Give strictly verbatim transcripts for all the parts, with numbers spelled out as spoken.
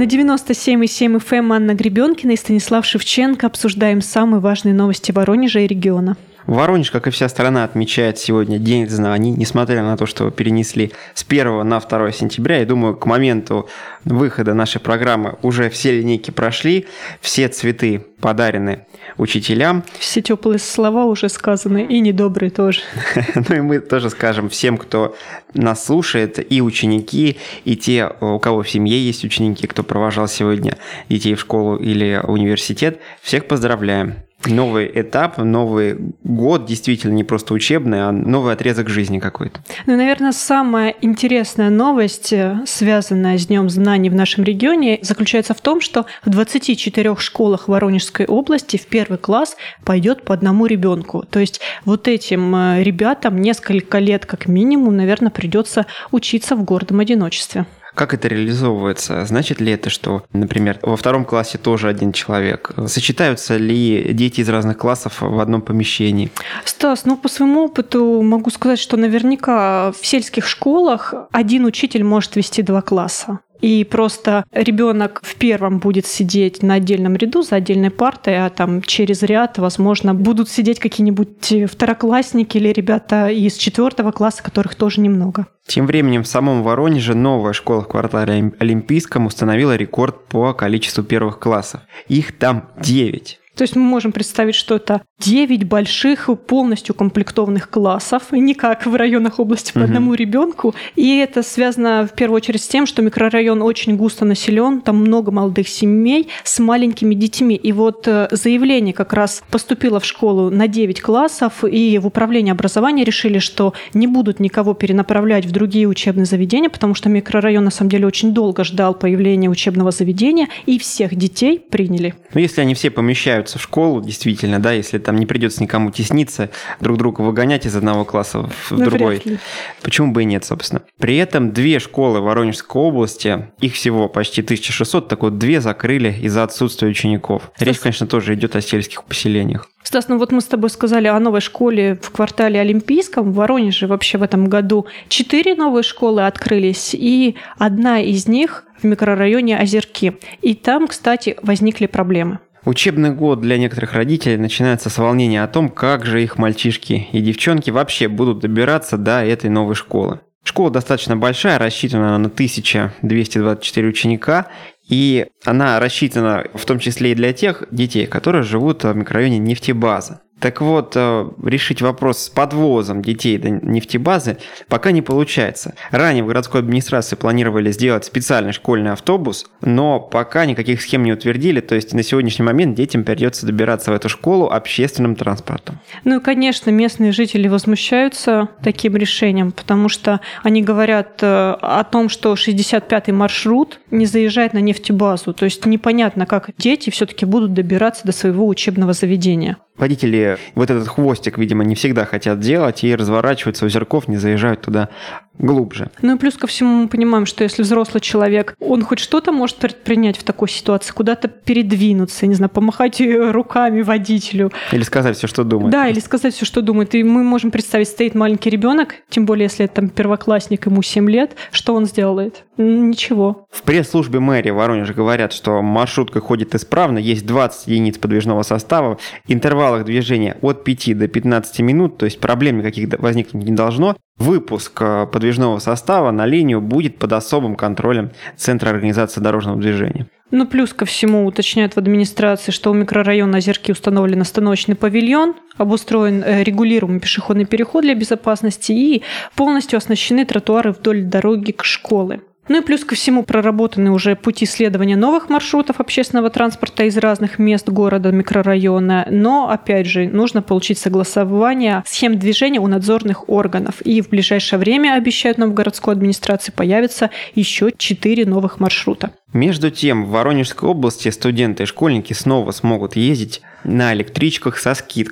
На девяносто семь и семь эф эм Анна Гребенкина и Станислав Шевченко обсуждаем самые важные новости Воронежа и региона. Воронеж, как и вся страна, отмечает сегодня День знаний, несмотря на то, что перенесли с первого на второе сентября. Я думаю, к моменту выхода нашей программы уже все линейки прошли, все цветы подарены учителям. Все теплые слова уже сказаны, и недобрые тоже. Ну и мы тоже скажем всем, кто нас слушает, и ученики, и те, у кого в семье есть ученики, кто провожал сегодня детей в школу или университет, всех поздравляем. Новый этап, новый год, действительно не просто учебный, а новый отрезок жизни какой-то. Ну, наверное, самая интересная новость, связанная с Днем знаний в нашем регионе, заключается в том, что в двадцати четырёх школах Воронежской области в первый класс пойдет по одному ребенку. То есть вот этим ребятам несколько лет как минимум, наверное, придется учиться в гордом одиночестве. Как это реализовывается? Значит ли это, что, например, во втором классе тоже один человек? Сочетаются ли дети из разных классов в одном помещении? Стас, ну по своему опыту могу сказать, что наверняка в сельских школах один учитель может вести два класса. И просто ребенок в первом будет сидеть на отдельном ряду за отдельной партой, а там через ряд, возможно, будут сидеть какие-нибудь второклассники или ребята из четвертого класса, которых тоже немного. Тем временем в самом Воронеже новая школа в квартале Олимпийском установила рекорд по количеству первых классов. Их там девять. То есть мы можем представить, что это девять больших полностью укомплектованных классов, не как в районах области по угу. одному ребенку. И это связано в первую очередь с тем, что микрорайон очень густо населен, там много молодых семей с маленькими детьми. И вот заявление как раз поступило в школу на девять классов, и в управлении образования решили, что не будут никого перенаправлять в другие учебные заведения, потому что микрорайон на самом деле очень долго ждал появления учебного заведения, и всех детей приняли. Но если они все помещаются в школу, действительно, да, если там не придется никому тесниться, друг друга выгонять из одного класса в ну, другой. Почему бы и нет, собственно. При этом две школы Воронежской области, их всего почти тысяча шестьсот, так вот две закрыли из-за отсутствия учеников. Речь, конечно, тоже идет о сельских поселениях. Стас, ну вот мы с тобой сказали о новой школе в квартале Олимпийском. В Воронеже вообще в этом году четыре новые школы открылись, и одна из них в микрорайоне Озерки. И там, кстати, возникли проблемы. Учебный год для некоторых родителей начинается с волнения о том, как же их мальчишки и девчонки вообще будут добираться до этой новой школы. Школа достаточно большая, рассчитана на тысяча двести двадцать четыре ученика, и она рассчитана в том числе и для тех детей, которые живут в микрорайоне Нефтебаза. Так вот, решить вопрос с подвозом детей до нефтебазы пока не получается. Ранее в городской администрации планировали сделать специальный школьный автобус, но пока никаких схем не утвердили, то есть на сегодняшний момент детям придется добираться в эту школу общественным транспортом. Ну и, конечно, местные жители возмущаются таким решением, потому что они говорят о том, что шестьдесят пятый маршрут не заезжает на нефтебазу, то есть непонятно, как дети все-таки будут добираться до своего учебного заведения. Водители вот этот хвостик, видимо, не всегда хотят делать и разворачиваются у Озерков, не заезжают туда глубже. Ну и плюс ко всему мы понимаем, что если взрослый человек, он хоть что-то может предпринять в такой ситуации, куда-то передвинуться, не знаю, помахать руками водителю. Или сказать все, что думает. Да, или сказать все, что думает. И мы можем представить, стоит маленький ребенок, тем более, если это там первоклассник, ему семь лет, что он сделает? Ничего. В пресс-службе мэрии Воронежа говорят, что маршрутка ходит исправно, есть двадцать единиц подвижного состава, интервал движения от пяти до пятнадцати минут, то есть проблем никаких возникнуть не должно. Выпуск подвижного состава на линию будет под особым контролем Центра организации дорожного движения. Ну, плюс ко всему уточняют в администрации, что у микрорайона Озерки установлен остановочный павильон, обустроен регулируемый пешеходный переход для безопасности и полностью оснащены тротуары вдоль дороги к школе. Ну и плюс ко всему проработаны уже пути исследования новых маршрутов общественного транспорта из разных мест города, микрорайона. Но, опять же, нужно получить согласование схем движения у надзорных органов. И в ближайшее время, обещают нам в городской администрации, появится еще четыре новых маршрута. Между тем, в Воронежской области студенты и школьники снова смогут ездить на электричках со скидкой.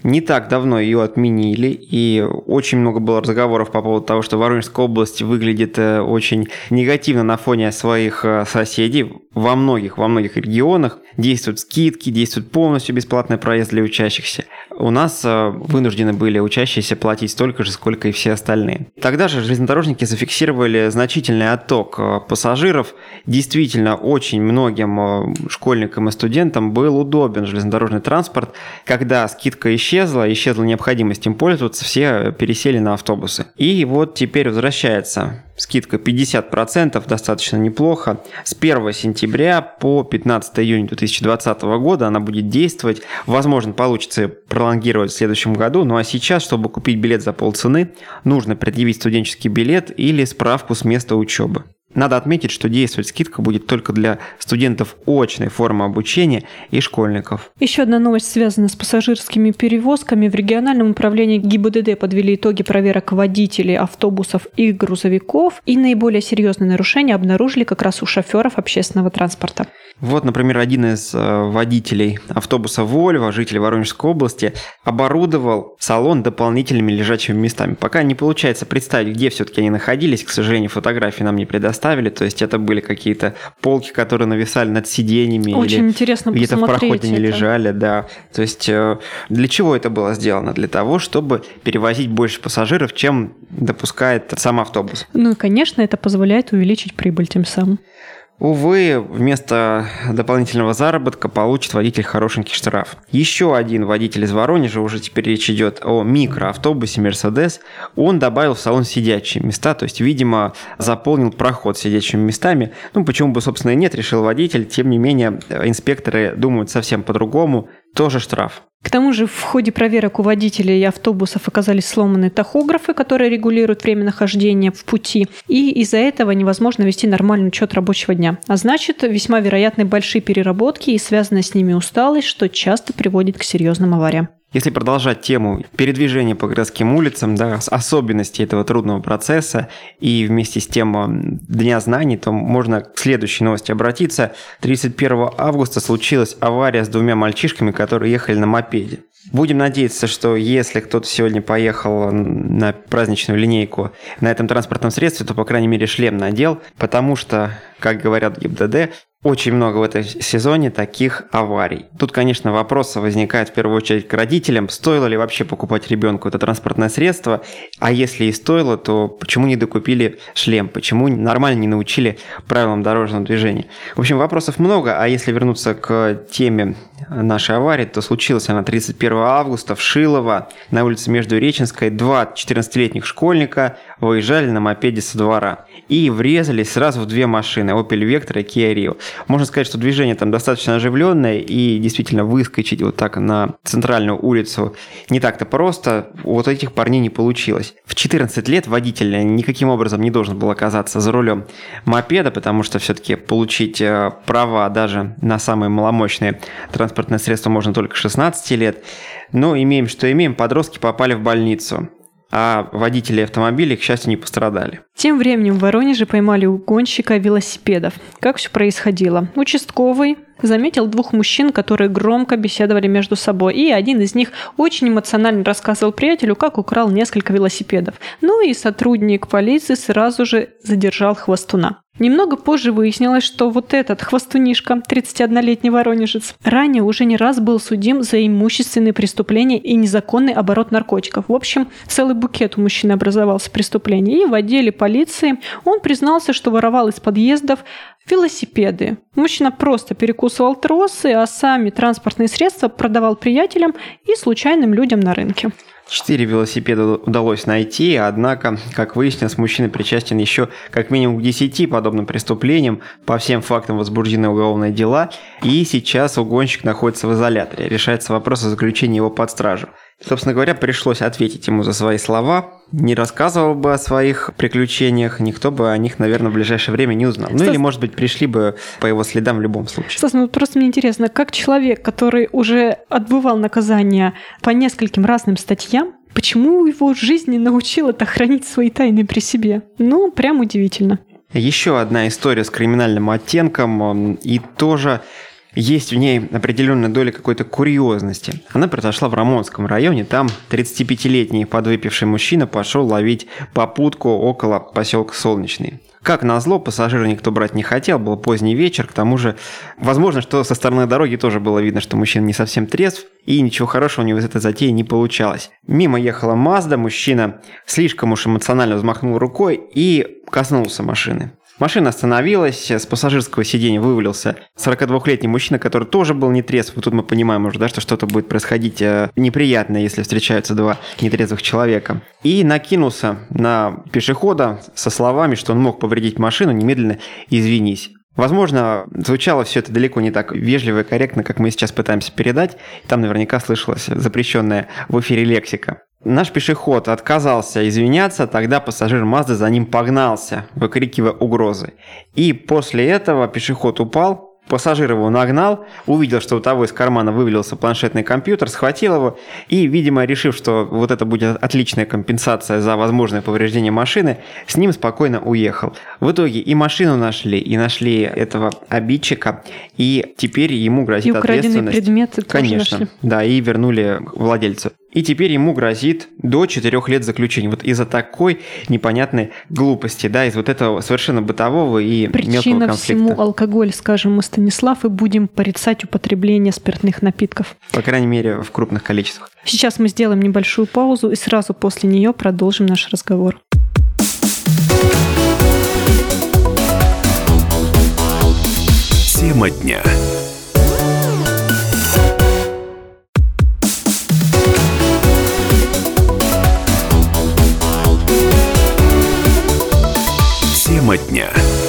Не так давно ее отменили, и очень много было разговоров по поводу того, что Воронежская область выглядит очень негативно на фоне своих соседей. Во многих, во многих регионах действуют скидки, действует полностью бесплатный проезд для учащихся. У нас вынуждены были учащиеся платить столько же, сколько и все остальные. Тогда же железнодорожники зафиксировали значительный отток пассажиров. Действительно, очень многим школьникам и студентам был удобен железнодорожный транспорт. Когда скидка исчезла, исчезла необходимость им пользоваться, все пересели на автобусы. И вот теперь возвращается скидка пятьдесят процентов, достаточно неплохо. С первого сентября по пятнадцатое июня две тысячи двадцатого года она будет действовать. Возможно, получится пролонгировать в следующем году. Ну а сейчас, чтобы купить билет за полцены, нужно предъявить студенческий билет или справку с места учебы. Надо отметить, что действовать скидка будет только для студентов очной формы обучения и школьников. Еще одна новость связана с пассажирскими перевозками. В региональном управлении ГИБДД подвели итоги проверок водителей автобусов и грузовиков, и наиболее серьезные нарушения обнаружили как раз у шоферов общественного транспорта. Вот, например, один из водителей автобуса «Вольво», житель Воронежской области, оборудовал салон дополнительными лежачими местами. Пока не получается представить, где все-таки они находились. К сожалению, фотографии нам не предоставили. То есть это были какие-то полки, которые нависали над сиденьями. Очень или интересно где-то в проходе не это. лежали. Да. То есть для чего это было сделано? Для того, чтобы перевозить больше пассажиров, чем допускает сам автобус. Ну и, конечно, это позволяет увеличить прибыль тем самым. Увы, вместо дополнительного заработка получит водитель хорошенький штраф. Еще один водитель из Воронежа, уже теперь речь идет о микроавтобусе «Мерседес», он добавил в салон сидячие места, то есть, видимо, заполнил проход сидячими местами. Ну, почему бы, собственно, и нет, решил водитель. Тем не менее, инспекторы думают совсем по-другому. Тоже штраф. К тому же в ходе проверок у водителей и автобусов оказались сломаны тахографы, которые регулируют время нахождения в пути, и из-за этого невозможно вести нормальный учет рабочего дня. А значит, весьма вероятны большие переработки и связанная с ними усталость, что часто приводит к серьезным авариям. Если продолжать тему передвижения по городским улицам, да, особенности этого трудного процесса и вместе с тем Дня знаний, то можно к следующей новости обратиться. тридцать первого августа случилась авария с двумя мальчишками, которые ехали на мопеде. Будем надеяться, что если кто-то сегодня поехал на праздничную линейку на этом транспортном средстве, то, по крайней мере, шлем надел, потому что, как говорят ГИБДД, очень много в этом сезоне таких аварий. Тут, конечно, вопросы возникают в первую очередь к родителям. Стоило ли вообще покупать ребенку это транспортное средство? А если и стоило, то почему не докупили шлем? Почему нормально не научили правилам дорожного движения? В общем, вопросов много. А если вернуться к теме нашей аварии, то случилась она тридцать первого августа в Шилово на улице Междуреченской. Два четырнадцатилетних школьника выезжали на мопеде со двора и врезались сразу в две машины – Opel Vectra и Kia Rio. Можно сказать, что движение там достаточно оживленное, и действительно выскочить вот так на центральную улицу не так-то просто. Вот этих парней не получилось. В четырнадцать лет водитель никаким образом не должен был оказаться за рулем мопеда, потому что все-таки получить права даже на самые маломощные транспортные средства можно только шестнадцати лет. Но имеем, что имеем, подростки попали в больницу. А водители автомобилей, к счастью, не пострадали. Тем временем в Воронеже поймали угонщика велосипедов. Как все происходило? Участковый заметил двух мужчин, которые громко беседовали между собой, и один из них очень эмоционально рассказывал приятелю, как украл несколько велосипедов. Ну и сотрудник полиции сразу же задержал хвостуна. Немного позже выяснилось, что вот этот хвостунишка, тридцатиоднолетний воронежец, ранее уже не раз был судим за имущественные преступления и незаконный оборот наркотиков. В общем, целый букет у мужчины образовался преступлений. И в отделе полиции он признался, что воровал из подъездов велосипеды. Мужчина просто перекусывал тросы, а сами транспортные средства продавал приятелям и случайным людям на рынке. Четыре велосипеда удалось найти, однако, как выяснилось, мужчина причастен еще как минимум к десяти подобным преступлениям. По всем фактам возбуждены уголовные дела, и сейчас угонщик находится в изоляторе. Решается вопрос о заключении его под стражу. Собственно говоря, пришлось ответить ему за свои слова. Не рассказывал бы о своих приключениях, никто бы о них, наверное, в ближайшее время не узнал. Ну Стас... или, может быть, пришли бы по его следам в любом случае. Стас, ну просто мне интересно, как человек, который уже отбывал наказание по нескольким разным статьям, почему его жизнь не научила это хранить свои тайны при себе? Ну, прям удивительно. Еще одна история с криминальным оттенком, и тоже есть в ней определенная доля какой-то курьезности. Она произошла в Рамонском районе. Там тридцатипятилетний подвыпивший мужчина пошел ловить попутку около поселка Солнечный. Как назло, пассажира никто брать не хотел, был поздний вечер, к тому же, возможно, что со стороны дороги тоже было видно, что мужчина не совсем трезв, и ничего хорошего у него из этой затеи не получалось. Мимо ехала Мазда, мужчина слишком уж эмоционально взмахнул рукой и коснулся машины. Машина остановилась, с пассажирского сиденья вывалился сорокадвухлетний мужчина, который тоже был нетрезв. Вот тут мы понимаем уже, да, что что-то будет происходить неприятное, если встречаются два нетрезвых человека. И накинулся на пешехода со словами, что он мог повредить машину, немедленно извинись. Возможно, звучало все это далеко не так вежливо и корректно, как мы сейчас пытаемся передать. Там наверняка слышалась запрещенная в эфире лексика. Наш пешеход отказался извиняться, тогда пассажир Мазды за ним погнался, выкрикивая угрозы. И после этого пешеход упал, пассажир его нагнал, увидел, что у того из кармана вывалился планшетный компьютер, схватил его и, видимо, решив, что вот это будет отличная компенсация за возможное повреждение машины, с ним спокойно уехал. В итоге и машину нашли, и нашли этого обидчика, и теперь ему грозит ответственность. И украденные предметы тоже Конечно, нашли. Да, и вернули владельцу. И теперь ему грозит до четырех лет заключения. Вот из-за такой непонятной глупости, да, из вот этого совершенно бытового и Причина мелкого конфликта. Причина всему алкоголь, скажем мы, Станислав, и будем порицать употребление спиртных напитков. По крайней мере, в крупных количествах. Сейчас мы сделаем небольшую паузу и сразу после нее продолжим наш разговор. Тема дня. Тема дня.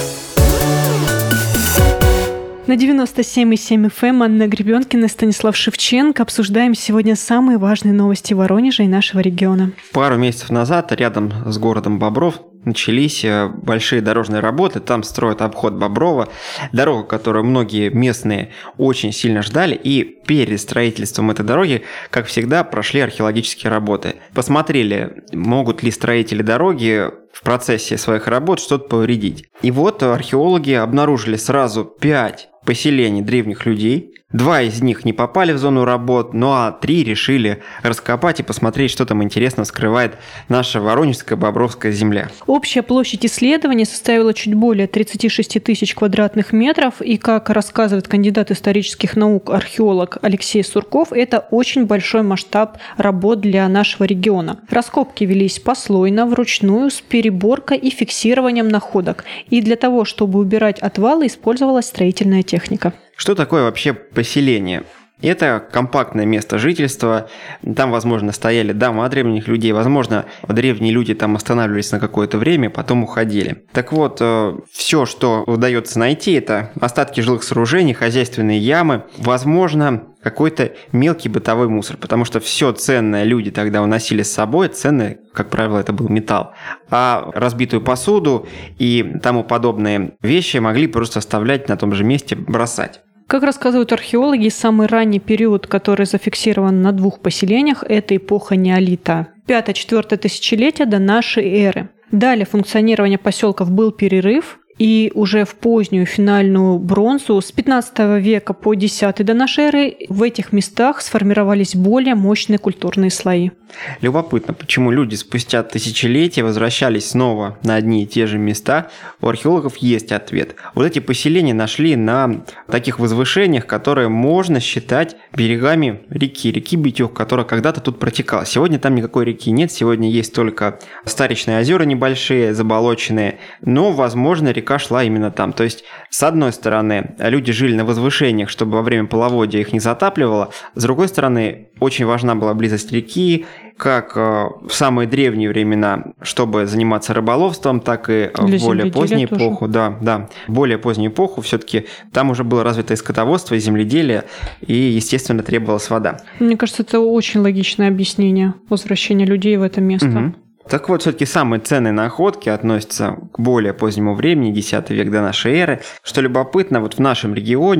На девяносто семь и семь эф эм Анна Гребенкина и Станислав Шевченко обсуждаем сегодня самые важные новости Воронежа и нашего региона. Пару месяцев назад рядом с городом Бобров начались большие дорожные работы. Там строят обход Боброва. Дорога, которую многие местные очень сильно ждали. И перед строительством этой дороги, как всегда, прошли археологические работы. Посмотрели, могут ли строители дороги в процессе своих работ что-то повредить. И вот археологи обнаружили сразу пять поселений древних людей. Два из них не попали в зону работ, ну а три решили раскопать и посмотреть, что там интересно скрывает наша Воронежская Бобровская земля. Общая площадь исследования составила чуть более тридцать шесть тысяч квадратных метров, и, как рассказывает кандидат исторических наук, археолог Алексей Сурков, это очень большой масштаб работ для нашего региона. Раскопки велись послойно, вручную, с переборкой и фиксированием находок. И для того, чтобы убирать отвалы, использовалась строительная техника. Что такое вообще поселение? Это компактное место жительства, там, возможно, стояли дома древних людей, возможно, древние люди там останавливались на какое-то время, потом уходили. Так вот, все, что удается найти, это остатки жилых сооружений, хозяйственные ямы, возможно, какой-то мелкий бытовой мусор, потому что все ценное люди тогда уносили с собой, ценное, как правило, это был металл, а разбитую посуду и тому подобные вещи могли просто оставлять на том же месте, бросать. Как рассказывают археологи, самый ранний период, который зафиксирован на двух поселениях, это эпоха неолита, пятое-четвёртое тысячелетие до нашей эры. Далее функционирования поселков был перерыв, и уже в позднюю финальную бронзу с пятнадцатого века по десятый до нашей эры в этих местах сформировались более мощные культурные слои. Любопытно, почему люди спустя тысячелетия возвращались снова на одни и те же места. У археологов есть ответ. Вот эти поселения нашли на таких возвышениях, которые можно считать берегами реки, реки Битюх, которая когда-то тут протекала. Сегодня там никакой реки нет, сегодня есть только старичные озера небольшие, заболоченные, но, возможно, река шла именно там. То есть, с одной стороны, люди жили на возвышениях, чтобы во время половодья их не затапливало. С другой стороны, очень важна была близость реки, как в самые древние времена, чтобы заниматься рыболовством, так и в более позднюю эпоху. Да, да, в более позднюю эпоху все-таки там уже было развито и скотоводство, и земледелие, и, естественно, требовалась вода. Мне кажется, это очень логичное объяснение возвращения людей в это место. Угу. Так вот, все-таки самые ценные находки относятся к более позднему времени, десятый век до нашей эры. Что любопытно, вот в нашем регионе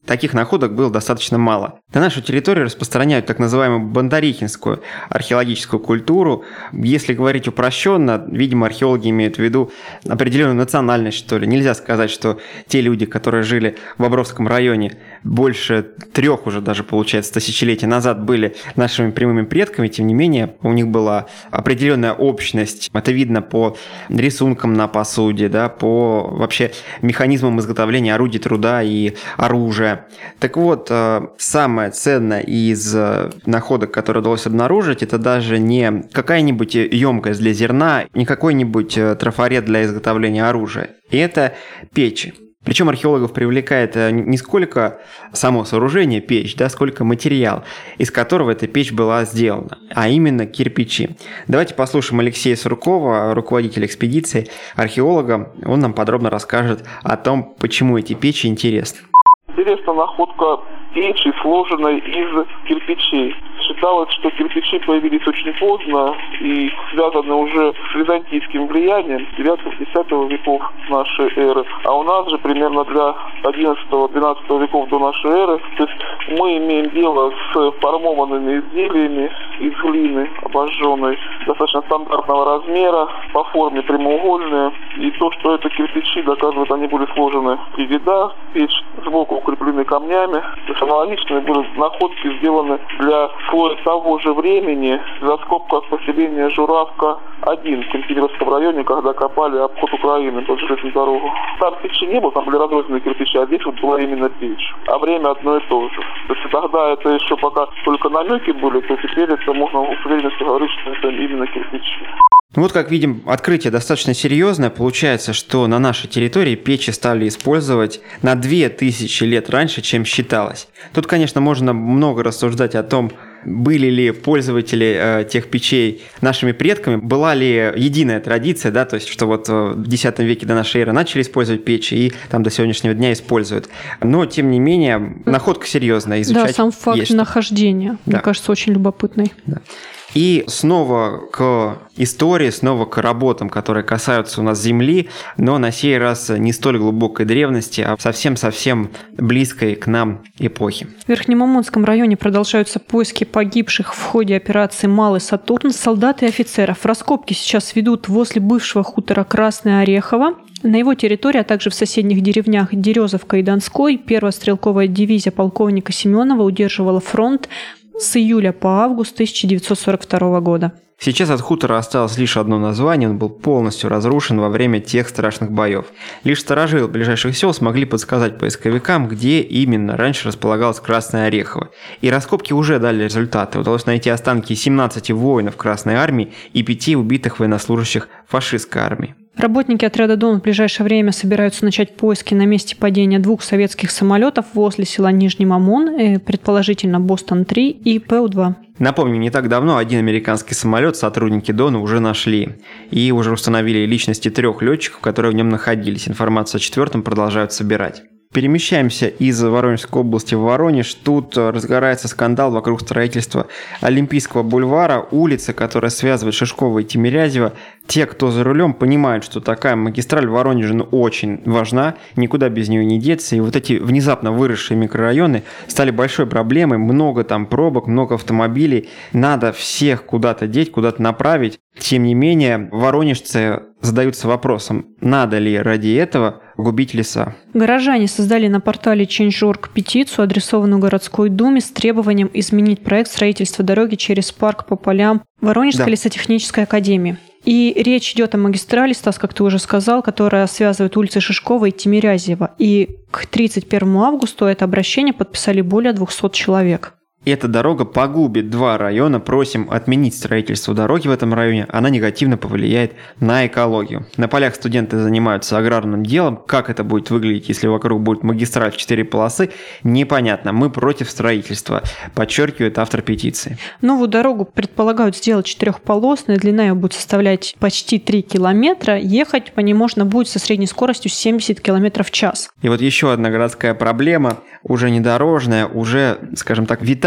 Таких находок было достаточно мало. На нашу территорию распространяют так называемую бондарихинскую археологическую культуру. Если говорить упрощенно, видимо, археологи имеют в виду определенную национальность, что ли. Нельзя сказать, что те люди, которые жили в Бобровском районе больше трех уже даже, получается, тысячелетий назад, были нашими прямыми предками, тем не менее, у них была определенная общность. Это видно по рисункам на посуде, да, по вообще механизмам изготовления орудий труда и оружия. Так вот, самое ценное из находок, которые удалось обнаружить, это даже не какая-нибудь емкость для зерна, не какой-нибудь трафарет для изготовления оружия. Это печи. Причем археологов привлекает не сколько само сооружение печь, да, сколько материал, из которого эта печь была сделана, а именно кирпичи. Давайте послушаем Алексея Суркова, руководителя экспедиции, археолога. Он нам подробно расскажет о том, почему эти печи интересны. Интересна находка печи, сложенной из кирпичей. Считалось, что кирпичи появились очень поздно и связаны уже с византийским влиянием девятого-десятого веков нашей эры. А у нас же примерно для одиннадцатого-двенадцатого веков до нашей эры. То есть мы имеем дело с формованными изделиями из глины обожженной, достаточно стандартного размера, по форме прямоугольные. И то, что это кирпичи, доказывает, они были сложены в три ряда, печь сбоку укреплены камнями. То есть аналогичные были находки сделаны для слоя того же времени в раскопках поселения Журавка один в Кантемировском районе, когда копали обход Украины под железную дорогу. Там печи не было, там были разрозненные кирпичи, а здесь вот была именно печь. А время одно и то же. То есть тогда это еще пока только намеки были, то теперь это можно с уверенностью говорить, что это именно кирпичи. Вот, как видим, открытие достаточно серьезное. Получается, что на нашей территории печи стали использовать на две тысячи лет раньше, чем считалось. Тут, конечно, можно много рассуждать о том, были ли пользователи э, тех печей нашими предками, была ли единая традиция, да, то есть, что вот в десятом веке до нашей эры начали использовать печи и там до сегодняшнего дня используют. Но, тем не менее, находка серьезная, изучать. Да, сам факт есть. Нахождения, Да. мне кажется, очень любопытный. Да. И снова к истории, снова к работам, которые касаются у нас Земли, но на сей раз не столь глубокой древности, а совсем-совсем близкой к нам эпохи. В Верхнемамонском районе продолжаются поиски погибших в ходе операции «Малый Сатурн» солдат и офицеров. Раскопки сейчас ведут возле бывшего хутора Красное Орехово. На его территории, а также в соседних деревнях Дерезовка и Донской первая стрелковая дивизия полковника Семенова удерживала фронт с июля по август тысяча девятьсот сорок второго года. Сейчас от хутора осталось лишь одно название, он был полностью разрушен во время тех страшных боев. Лишь старожилы ближайших сел смогли подсказать поисковикам, где именно раньше располагалось Красное Орехово. И раскопки уже дали результаты. Удалось найти останки семнадцати воинов Красной Армии и пяти убитых военнослужащих фашистской армии. Работники отряда «Дон» в ближайшее время собираются начать поиски на месте падения двух советских самолетов возле села Нижний Мамон, предположительно Бостон-три и Пэ-два. Напомню, не так давно один американский самолет сотрудники Дона уже нашли и уже установили личности трех летчиков, которые в нем находились. Информацию о четвертом продолжают собирать. Перемещаемся из Воронежской области в Воронеж. Тут разгорается скандал вокруг строительства Олимпийского бульвара, улицы, которая связывает Шишкова и Тимирязева. Те, кто за рулем, понимают, что такая магистраль в Воронеже ну, очень важна, никуда без нее не деться. И вот эти внезапно выросшие микрорайоны стали большой проблемой. Много там пробок, много автомобилей. Надо всех куда-то деть, куда-то направить. Тем не менее, воронежцы задаются вопросом, надо ли ради этого губить леса. Горожане создали на портале Change точка орг петицию, адресованную городской думе, с требованием изменить проект строительства дороги через парк по полям Воронежской да. лесотехнической академии. И речь идет о магистрали, Стас, как ты уже сказал, которая связывает улицы Шишкова и Тимирязева. И к тридцать первому августа это обращение подписали более двухсот человек. Эта дорога погубит два района. Просим отменить строительство дороги в этом районе. Она негативно повлияет на экологию. На полях студенты занимаются аграрным делом. Как это будет выглядеть, если вокруг будет магистраль в четыре полосы, непонятно. Мы против строительства, подчеркивает автор петиции. Новую дорогу предполагают сделать четырехполосной. Длина ее будет составлять почти три километра. Ехать по ней можно будет со средней скоростью семьдесят километров в час. И вот еще одна городская проблема, уже не дорожная, уже, скажем так, витающая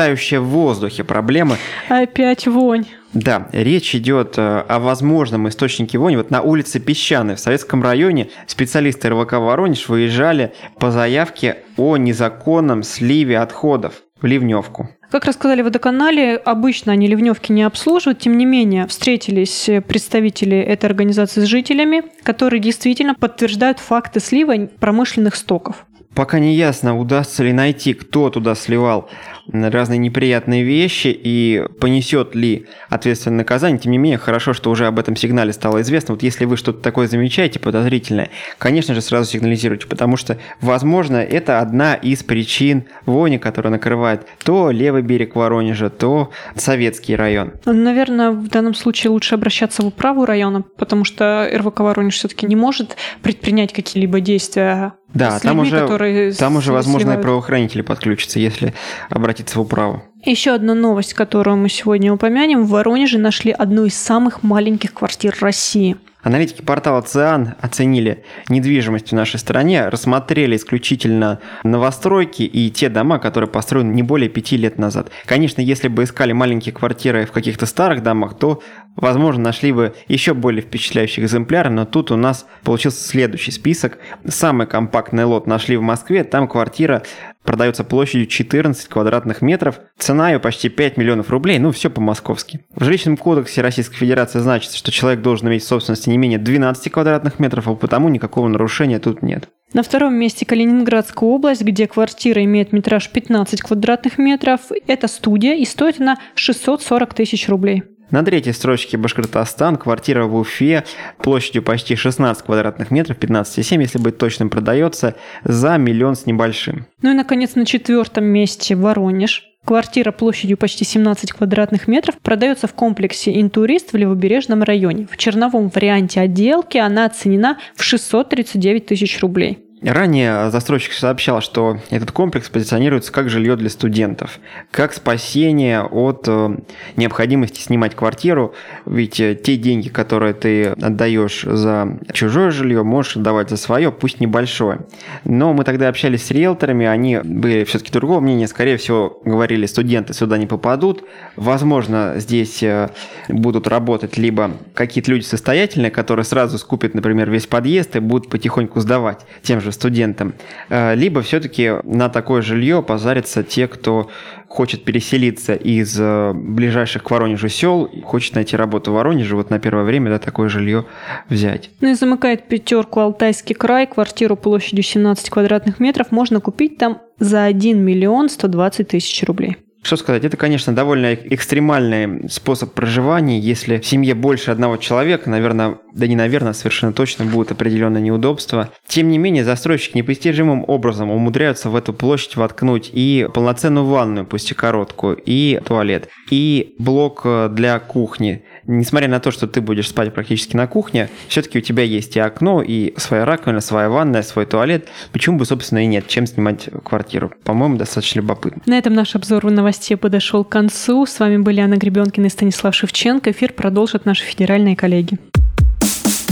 витающая в воздухе проблема. Опять вонь. Да, речь идет о возможном источнике вони. Вот на улице Песчаной в Советском районе специалисты эр вэ ка «Воронеж» выезжали по заявке о незаконном сливе отходов в ливневку. Как рассказали в водоканале, обычно они ливневки не обслуживают, тем не менее встретились представители этой организации с жителями, которые действительно подтверждают факты слива промышленных стоков. Пока не ясно, удастся ли найти, кто туда сливал разные неприятные вещи и понесет ли ответственное наказание. Тем не менее, хорошо, что уже об этом сигнале стало известно. Вот если вы что-то такое замечаете подозрительное, конечно же, сразу сигнализируйте, потому что, возможно, это одна из причин вони, которая накрывает то левый берег Воронежа, то Советский район. Наверное, в данном случае лучше обращаться в управу района, потому что эр вэ ка «Воронеж» все-таки не может предпринять какие-либо действия. Да, с там людьми, уже, там уже, возможно, сливают. и правоохранители подключатся, если обратиться в управу. Еще одна новость, которую мы сегодня упомянем. В Воронеже нашли одну из самых маленьких квартир России. Аналитики портала ЦИАН оценили недвижимость в нашей стране, рассмотрели исключительно новостройки и те дома, которые построены не более пяти лет назад. Конечно, если бы искали маленькие квартиры в каких-то старых домах, то, возможно, нашли бы еще более впечатляющий экземпляр, но тут у нас получился следующий список. Самый компактный лот нашли в Москве, там квартира продается площадью четырнадцать квадратных метров, цена ее почти пять миллионов рублей, ну все по-московски. В жилищном кодексе Российской Федерации значится, что человек должен иметь в собственности не менее двенадцать квадратных метров, а потому никакого нарушения тут нет. На втором месте Калининградская область, где квартира имеет метраж пятнадцать квадратных метров. Это студия, и стоит она шестьсот сорок тысяч рублей. На третьей строчке Башкортостан, квартира в Уфе площадью почти шестнадцать квадратных метров, пятнадцать целых семь, если быть точным, продается за миллион с небольшим. Ну и, наконец, на четвертом месте Воронеж. Квартира площадью почти семнадцать квадратных метров продается в комплексе «Интурист» в Левобережном районе. В черновом варианте отделки она оценена в шестьсот тридцать девять тысяч рублей. Ранее застройщик сообщал, что этот комплекс позиционируется как жилье для студентов, как спасение от э, необходимости снимать квартиру, ведь э, те деньги, которые ты отдаешь за чужое жилье, можешь отдавать за свое, пусть небольшое. Но мы тогда общались с риэлторами, они были все-таки другого мнения, скорее всего, говорили, студенты сюда не попадут, возможно, здесь э, будут работать либо какие-то люди состоятельные, которые сразу скупят, например, весь подъезд и будут потихоньку сдавать тем же студентам, либо все-таки на такое жилье позарятся те, кто хочет переселиться из ближайших к Воронежу сел, хочет найти работу в Воронеже, вот на первое время, да, такое жилье взять. Ну и замыкает пятерку Алтайский край. Квартиру площадью семнадцать квадратных метров можно купить там за один миллион сто двадцать тысяч рублей. Что сказать, это, конечно, довольно экстремальный способ проживания. Если в семье больше одного человека, наверное, да не наверное, совершенно точно будут определенные неудобства. Тем не менее, застройщики непостижимым образом умудряются в эту площадь воткнуть и полноценную ванную, пусть и короткую, и туалет, и блок для кухни. Несмотря на то, что ты будешь спать практически на кухне, все-таки у тебя есть и окно, и своя раковина, своя ванная, свой туалет. Почему бы, собственно, и нет? Чем снимать квартиру? По-моему, достаточно любопытно. На этом наш обзор новостей подошел к концу. С вами были Анна Гребенкина и Станислав Шевченко. Эфир продолжат наши федеральные коллеги.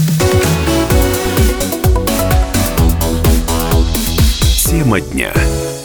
Тема дня.